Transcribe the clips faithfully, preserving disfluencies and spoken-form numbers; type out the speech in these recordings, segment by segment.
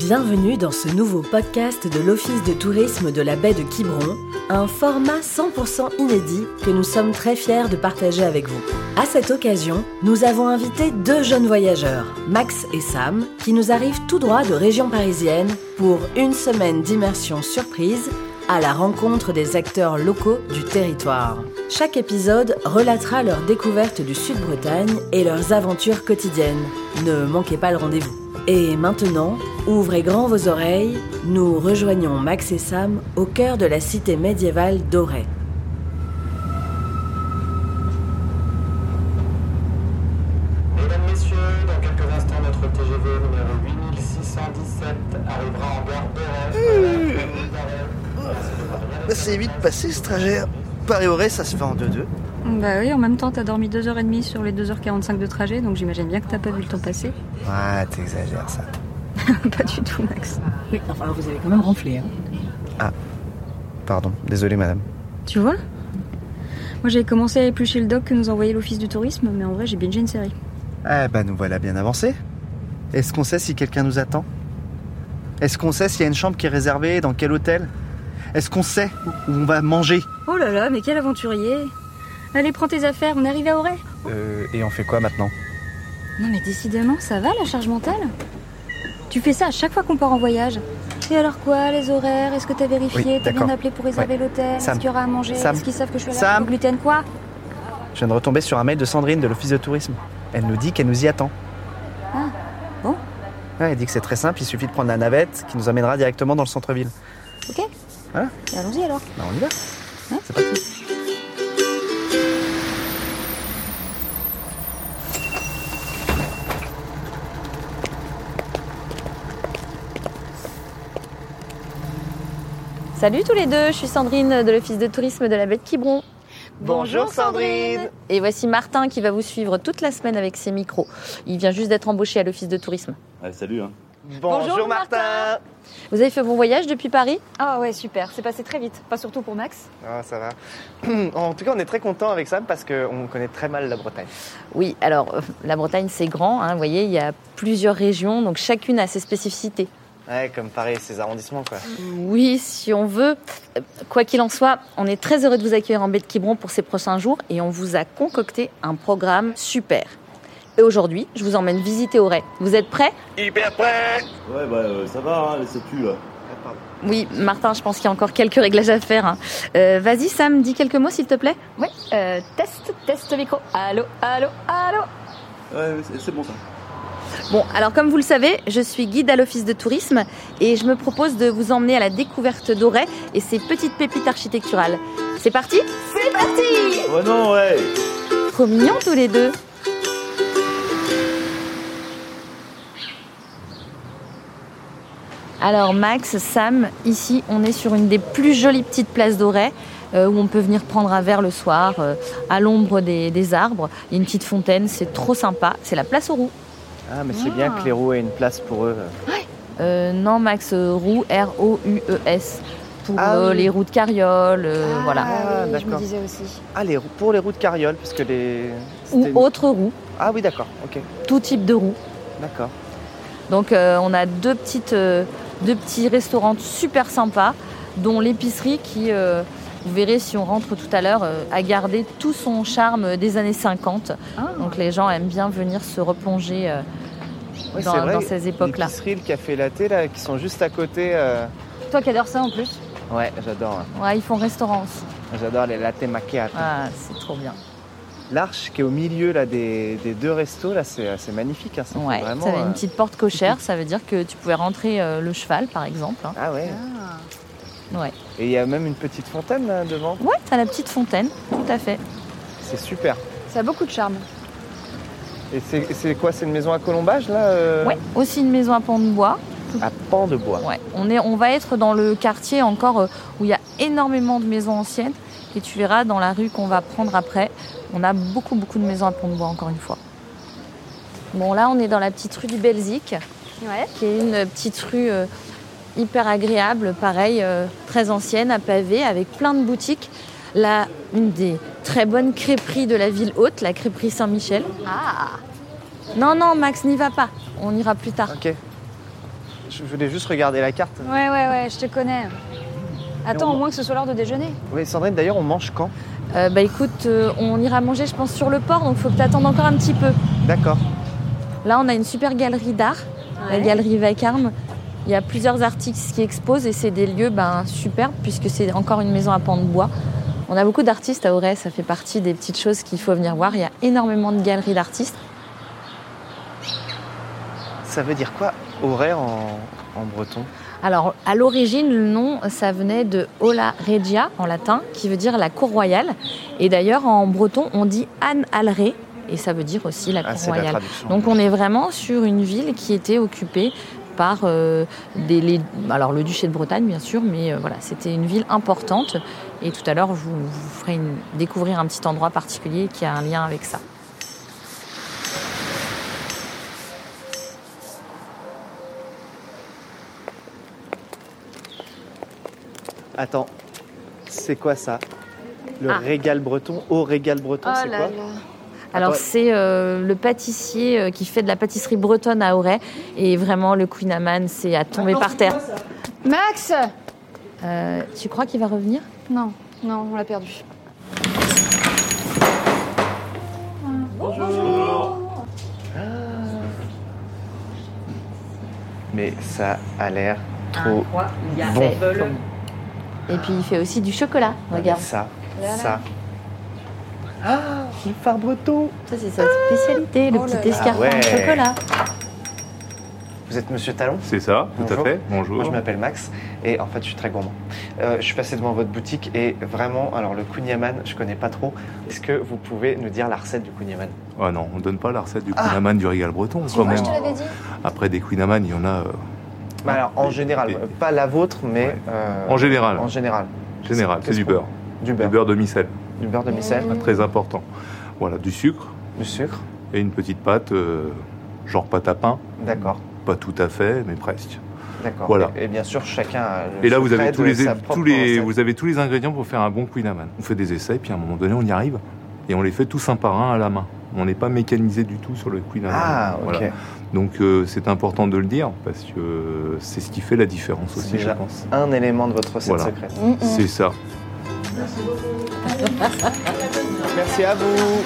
Bienvenue dans ce nouveau podcast de l'Office de tourisme de la baie de Quiberon, un format cent pour cent inédit que nous sommes très fiers de partager avec vous. À cette occasion, nous avons invité deux jeunes voyageurs, Max et Sam, qui nous arrivent tout droit de région parisienne pour une semaine d'immersion surprise à la rencontre des acteurs locaux du territoire. Chaque épisode relatera leur découverte du Sud-Bretagne et leurs aventures quotidiennes. Ne manquez pas le rendez-vous. Et maintenant, ouvrez grand vos oreilles, nous rejoignons Max et Sam au cœur de la cité médiévale d'Auray. Mesdames, Messieurs, dans quelques instants, notre T G V numéro huit mille six cent dix-sept arrivera en gare d'Auray. Bah, c'est vite passé ce trajet. Paris-Auray, ça se fait en deux deux. Bah oui, en même temps, t'as dormi deux heures trente sur les deux heures quarante-cinq de trajet, donc j'imagine bien que t'as pas vu le temps passer. Ouais, t'exagères ça. Pas du tout, Max. Oui, enfin, vous avez quand même ronflé. Hein. Ah, pardon, désolé madame. Tu vois ? Moi, j'avais commencé à éplucher le doc que nous envoyait l'Office du tourisme, mais en vrai, j'ai bingé une série. Eh bah nous voilà bien avancés. Est-ce qu'on sait si quelqu'un nous attend ? Est-ce qu'on sait s'il y a une chambre qui est réservée, dans quel hôtel ? Est-ce qu'on sait où on va manger ? Oh là là, mais quel aventurier ! Allez, prends tes affaires, on arrive à Auray. Euh, et on fait quoi maintenant ? Non mais décidément, ça va la charge mentale ? Tu fais ça à chaque fois qu'on part en voyage. Et alors quoi, les horaires ? Est-ce que t'as vérifié ? Oui, T'as d'accord. bien appelé pour réserver Ouais. l'hôtel ? Sam. Est-ce qu'il y aura à manger ? Sam. Est-ce qu'ils savent que je suis Sam. allergique au gluten ? Quoi ? Je viens de retomber sur un mail de Sandrine de l'Office de tourisme. Elle nous dit qu'elle nous y attend. Ah, bon ? Ouais, elle dit que c'est très simple, il suffit de prendre la navette qui nous emmènera directement dans le centre-ville. Ok. Voilà. Et allons-y alors. Bah on y va. Hein ? C'est parti. Salut tous les deux, je suis Sandrine de l'Office de tourisme de la baie de Quiberon. Bonjour Sandrine. Et voici Martin qui va vous suivre toute la semaine avec ses micros. Il vient juste d'être embauché à l'Office de tourisme. Allez, salut. Hein. Bonjour, Bonjour, Martin. Vous avez fait bon voyage depuis Paris ? Ah ouais, super. C'est passé très vite. Pas surtout pour Max. Ah, ça va. En tout cas, on est très content avec Sam parce qu'on connaît très mal la Bretagne. Oui, alors euh, la Bretagne c'est grand, hein, vous voyez, il y a plusieurs régions, donc chacune a ses spécificités. Ouais, comme Paris et ses arrondissements, quoi. Oui, si on veut. Quoi qu'il en soit, on est très heureux de vous accueillir en baie de Quiberon pour ces prochains jours et on vous a concocté un programme super. Et aujourd'hui, je vous emmène visiter Auray. Vous êtes prêts ? Hyper prêt. Ouais, bah euh, ça va, hein, laissez plus là. Oui, Martin, je pense qu'il y a encore quelques réglages à faire. Hein. Euh, vas-y, Sam, dis quelques mots s'il te plaît. Ouais, euh, test, test micro. Allô, allô, allô. Ouais, c'est, c'est bon ça. Bon, alors comme vous le savez, je suis guide à l'Office de tourisme et je me propose de vous emmener à la découverte d'Auray et ses petites pépites architecturales. C'est parti ? C'est parti ! Oh non, ouais. Trop mignons tous les deux. Alors Max, Sam, ici on est sur une des plus jolies petites places d'Auray euh, où on peut venir prendre un verre le soir euh, à l'ombre des, des arbres. Il y a une petite fontaine, c'est trop sympa. C'est la place aux roues. Ah, mais c'est bien que les roues aient une place pour eux. Euh, non Max, euh, roue, R O U E S. Pour Ah, euh, oui. les roues de carriole, euh, voilà. Ah, oui, je me d'accord. disais aussi. Ah, les roues, pour les roues de carriole, parce que les... Ou c'était- autres roues, Ah oui, d'accord, ok, tout type de roues. d'accord. Donc euh, on a deux, petites, euh, deux petits restaurants super sympas, dont l'épicerie qui, euh, vous verrez si on rentre tout à l'heure, euh, a gardé tout son charme des années cinquante. Ah. Donc les gens aiment bien venir se replonger euh, Oui, dans, c'est vrai, dans ces époques-là. l'épicerie, le café latte, là, qui sont juste à côté. euh, Toi qui adores ça en plus. Ouais, j'adore. hein. Ouais, ils font restaurant aussi. J'adore les latte macchiato. Ah, c'est trop bien. L'arche qui est au milieu là, des, des deux restos, là, c'est, c'est magnifique. Hein, ça fait Ouais, vraiment, ça avait euh, une petite porte cochère, ça veut dire que tu pouvais rentrer euh, le cheval par exemple. hein. Ah ouais. Ouais, Et il y a même une petite fontaine là, devant. ouais, t'as la petite fontaine, tout à fait. C'est super. Ça a beaucoup de charme. Et c'est, c'est quoi ? C'est une maison à colombage là euh, Ouais, aussi une maison à pans de bois. À pans de bois. Ouais, on, est, on va être dans le quartier encore euh, où il y a énormément de maisons anciennes. Et tu verras dans la rue qu'on va prendre après, on a beaucoup beaucoup de maisons à pans de bois encore une fois. Bon là on est dans la petite rue du Belzic, Ouais. qui est une petite rue euh, hyper agréable, pareil, euh, très ancienne, à pavés, avec plein de boutiques. Là, une des très bonnes crêperies de la ville haute, la crêperie Saint-Michel. Ah. Non, non, Max, n'y va pas. On ira plus tard. Ok. je voulais juste regarder la carte. Ouais, ouais, ouais, je te connais. Attends, on- au moins que ce soit l'heure de déjeuner. Oui, Sandrine, d'ailleurs, on mange quand? Euh, bah écoute, euh, on ira manger, je pense, sur le port, donc faut que t'attendes encore un petit peu. D'accord. Là, on a une super galerie d'art, la galerie Vacarme. Il y a plusieurs artistes qui exposent et c'est des lieux ben, superbes puisque c'est encore une maison à pans de bois. On a beaucoup d'artistes à Auray, ça fait partie des petites choses qu'il faut venir voir. Il y a énormément de galeries d'artistes. Ça veut dire quoi, Auray en, en breton? Alors, à l'origine, le nom, ça venait de Aula Regia, en latin, qui veut dire la cour royale. Et d'ailleurs, en breton, on dit Anne Alré, et ça veut dire aussi la Ah, cour c'est la royale. traduction. Donc, on est vraiment sur une ville qui était occupée par euh, des, les, alors le duché de Bretagne, bien sûr, mais euh, voilà, c'était une ville importante. Et tout à l'heure, je vous, vous ferai une, découvrir un petit endroit particulier qui a un lien avec ça. Attends, c'est quoi ça? Le Ah. régal breton? Au régal breton, Oh c'est là quoi? là. Alors Attends. c'est euh, le pâtissier euh, qui fait de la pâtisserie bretonne à Auray. Et vraiment, le Queen Amman, c'est à tomber par terre. Max Euh, tu crois qu'il va revenir? Non, non, on l'a perdu. Mais ça a l'air trop bon. Et puis il fait aussi du chocolat, regarde. Ça, ça. Ah, le phare breton. Ça c'est sa spécialité, le Oh là petit là. escarpin Ah ouais. de chocolat. Vous êtes Monsieur Talon? C'est ça, tout Bonjour. à fait. Bonjour. Moi, je m'appelle Max et en fait, je suis très gourmand. Euh, je suis passé devant votre boutique et vraiment, alors le kouign-amann, je connais pas trop. Est-ce que vous pouvez nous dire la recette du kouign-amann? Ah non, on donne pas la recette du Ah. Queen Amman du régal breton Tu quand vois, même. je te l'avais dit. Après des Queen Amman, il y en a. euh, Bah alors, en des- général, des- euh, pas la vôtre, mais Ouais. euh, En général. En général. général, c'est Qu'est-ce du qu'on- beurre. Du beurre. Du beurre demi-sel, Du beurre demi-sel, pas très important. Voilà, du sucre du sucre. et une petite pâte, euh, genre pâte à pain. D'accord. Pas tout à fait, mais presque. D'accord. Voilà. Et, et bien sûr, chacun a le Et là, vous secret avez tous de les, sa tous propre les, recette. vous avez tous les ingrédients pour faire un bon Queen Amman. On fait des essais, puis à un moment donné, on y arrive. Et on les fait tous un par un à la main. On n'est pas mécanisé du tout sur le Queen Amman. Ah, ok. Voilà. Donc euh, c'est important de le dire, parce que euh, c'est ce qui fait la différence C'est aussi, je déjà pense. un élément de votre recette Voilà. secrète. C'est ça. Merci à vous.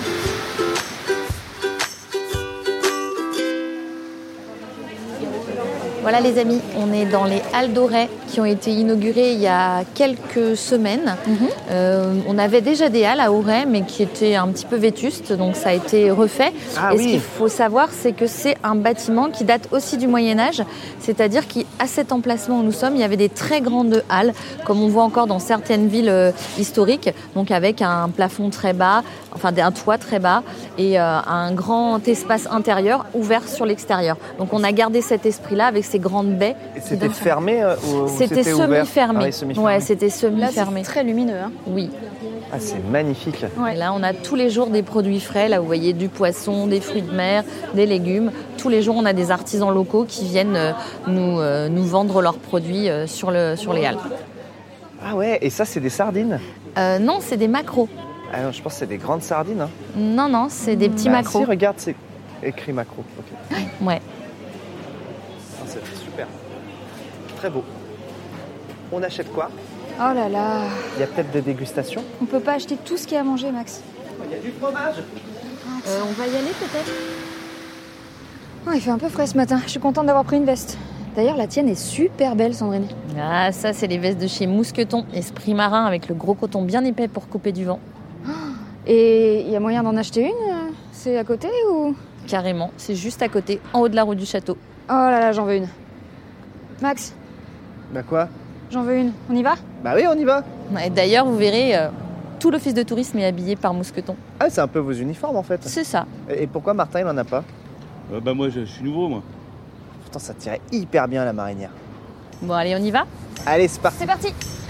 Voilà les amis, on est dans les Halles d'Auray qui ont été inaugurées il y a quelques semaines. Euh, on avait déjà des halles à Auray mais qui étaient un petit peu vétustes, donc ça a été refait. Ah Et oui. ce qu'il faut savoir, c'est que c'est un bâtiment qui date aussi du Moyen-Âge, c'est-à-dire qu'à cet emplacement où nous sommes, il y avait des très grandes halles, comme on voit encore dans certaines villes euh, historiques, donc avec un plafond très bas, enfin un toit très bas et euh, un grand espace intérieur ouvert sur l'extérieur. Donc on a gardé cet esprit-là avec ces grandes baies. Et qui c'était donnent- fermé euh, ou C'était c'était ouvert? semi-fermé. Ah oui, semi-fermé. Ouais, c'était Là, c'est semi-fermé. très lumineux. Hein. Oui. Ah, c'est magnifique. Ouais. Et là, on a tous les jours des produits frais. Là, vous voyez du poisson, des fruits de mer, des légumes. Tous les jours, on a des artisans locaux qui viennent euh, nous, euh, nous vendre leurs produits euh, sur, le, sur les halles. Ah ouais, et ça, c'est des sardines? Euh, non, c'est des macros. Ah non, je pense que c'est des grandes sardines. Hein. Non, non, c'est des petits Bah, macros. Si, regarde, c'est écrit macro. Ok. Ouais. Ah, c'est super. Très beau. On achète quoi? Oh là là. Il y a peut-être des dégustations? On peut pas acheter tout ce qu'il y a à manger, Max. Il y a du fromage. Euh, on va y aller peut-être. Oh, il fait un peu frais ce matin. Je suis contente d'avoir pris une veste. D'ailleurs, la tienne est super belle, Sandrine. Ah, ça, c'est les vestes de chez Mousqueton, esprit marin avec le gros coton bien épais pour couper du vent. Et il y a moyen d'en acheter une euh, C'est à côté ou... Carrément, c'est juste à côté, en haut de la route du château. Oh là là, j'en veux une. Max, Bah quoi? j'en veux une. On y va? Bah oui, on y va. Et d'ailleurs, vous verrez, euh, tout l'office de tourisme est habillé par Mousqueton. Ah, c'est un peu vos uniformes en fait. C'est ça. Et et pourquoi Martin, il en a pas? Euh, bah moi, je, je suis nouveau, moi. Pourtant, ça tirait hyper bien à la marinière. Bon, allez, on y va? Allez, c'est parti. C'est parti.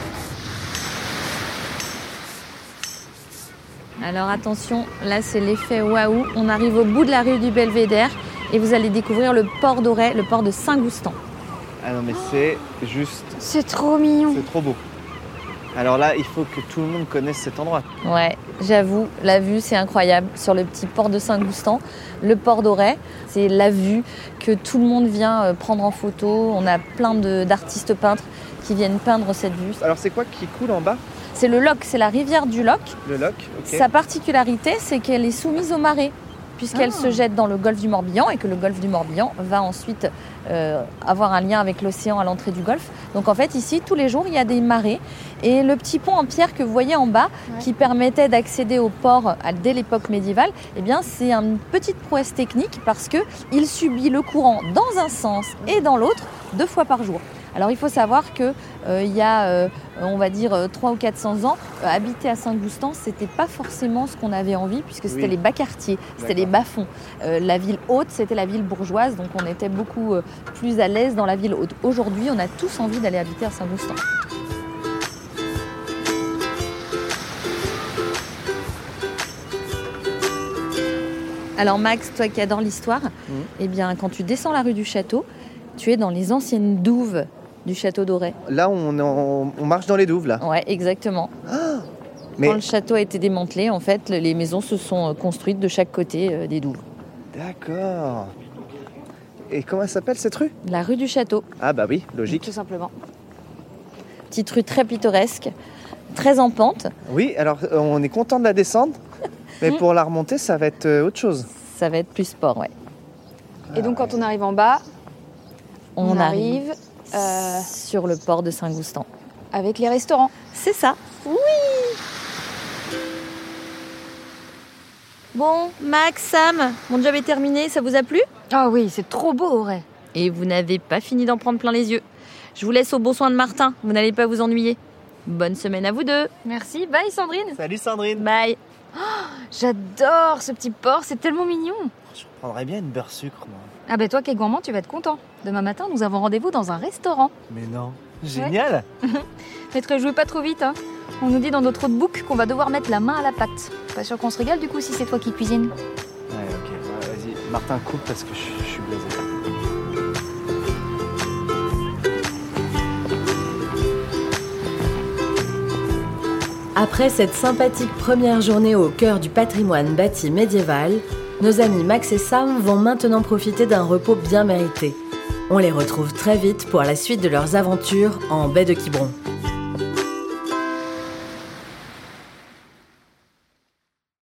Alors attention, là c'est l'effet waouh. On arrive au bout de la rue du Belvédère et vous allez découvrir le port d'Auray, le port de Saint-Goustan. Ah non, mais c'est juste. C'est trop mignon. C'est trop beau. Alors là, il faut que tout le monde connaisse cet endroit. Ouais, j'avoue, la vue, c'est incroyable. Sur le petit port de Saint-Goustan, le port d'Auray, c'est la vue que tout le monde vient prendre en photo. On a plein de, d'artistes peintres qui viennent peindre cette vue. Alors c'est quoi qui coule en bas ? C'est le Loc, c'est la rivière du Loc. Le Loc, ok. Sa particularité, c'est qu'elle est soumise aux marées, puisqu'elle Ah. se jette dans le golfe du Morbihan et que le golfe du Morbihan va ensuite euh, avoir un lien avec l'océan à l'entrée du golfe. Donc en fait, ici, tous les jours, il y a des marées. Et le petit pont en pierre que vous voyez en bas, ouais. qui permettait d'accéder au port à, dès l'époque médiévale, eh bien, c'est une petite prouesse technique parce qu'il subit le courant dans un sens et dans l'autre deux fois par jour. Alors il faut savoir qu'il euh, y a, euh, on va dire, trois ou quatre cents ans, euh, habiter à Saint-Goustan, c'était pas forcément ce qu'on avait envie, puisque c'était oui. les bas quartiers, c'était D'accord. les bas fonds. Euh, la ville haute, c'était la ville bourgeoise, donc on était beaucoup euh, plus à l'aise dans la ville haute. Aujourd'hui, on a tous envie d'aller habiter à Saint-Goustan. Alors Max, toi qui adores l'histoire, mmh. eh bien, quand tu descends la rue du Château, tu es dans les anciennes douves du château d'Auray. Là, on, on, on marche dans les douves, là. Ouais, exactement. Ah, mais... Quand le château a été démantelé, en fait, les maisons se sont construites de chaque côté des douves. D'accord. Et comment elle s'appelle, cette rue ? La rue du Château. Ah bah oui, logique. Tout simplement. Petite rue très pittoresque, très en pente. Oui, alors on est content de la descendre, mais pour la remonter, ça va être autre chose. Ça va être plus sport, ouais. Et donc, quand on arrive en bas, on, on arrive... arrive... Euh, sur le port de Saint-Goustan. Avec les restaurants. C'est ça. Oui. Bon, Max, Sam, mon job est terminé, ça vous a plu ? Ah oui, c'est trop beau, Auray. Et vous n'avez pas fini d'en prendre plein les yeux. Je vous laisse au bon soin de Martin, vous n'allez pas vous ennuyer. Bonne semaine à vous deux. Merci, bye Sandrine. Salut Sandrine. Bye. Oh, j'adore ce petit port, c'est tellement mignon. Je prendrais bien une beurre sucre, moi. Ah ben toi qui es gourmand, tu vas être content. Demain matin, nous avons rendez-vous dans un restaurant. Mais non, génial. Ouais. Maître, jouez pas trop vite, hein. On nous dit dans notre book qu'on va devoir mettre la main à la pâte. Pas sûr qu'on se régale du coup si c'est toi qui cuisines. Ouais, ok, ouais, vas-y. Martin, coupe parce que je, je suis blasé. Après cette sympathique première journée au cœur du patrimoine bâti médiéval, nos amis Max et Sam vont maintenant profiter d'un repos bien mérité. On les retrouve très vite pour la suite de leurs aventures en baie de Quiberon.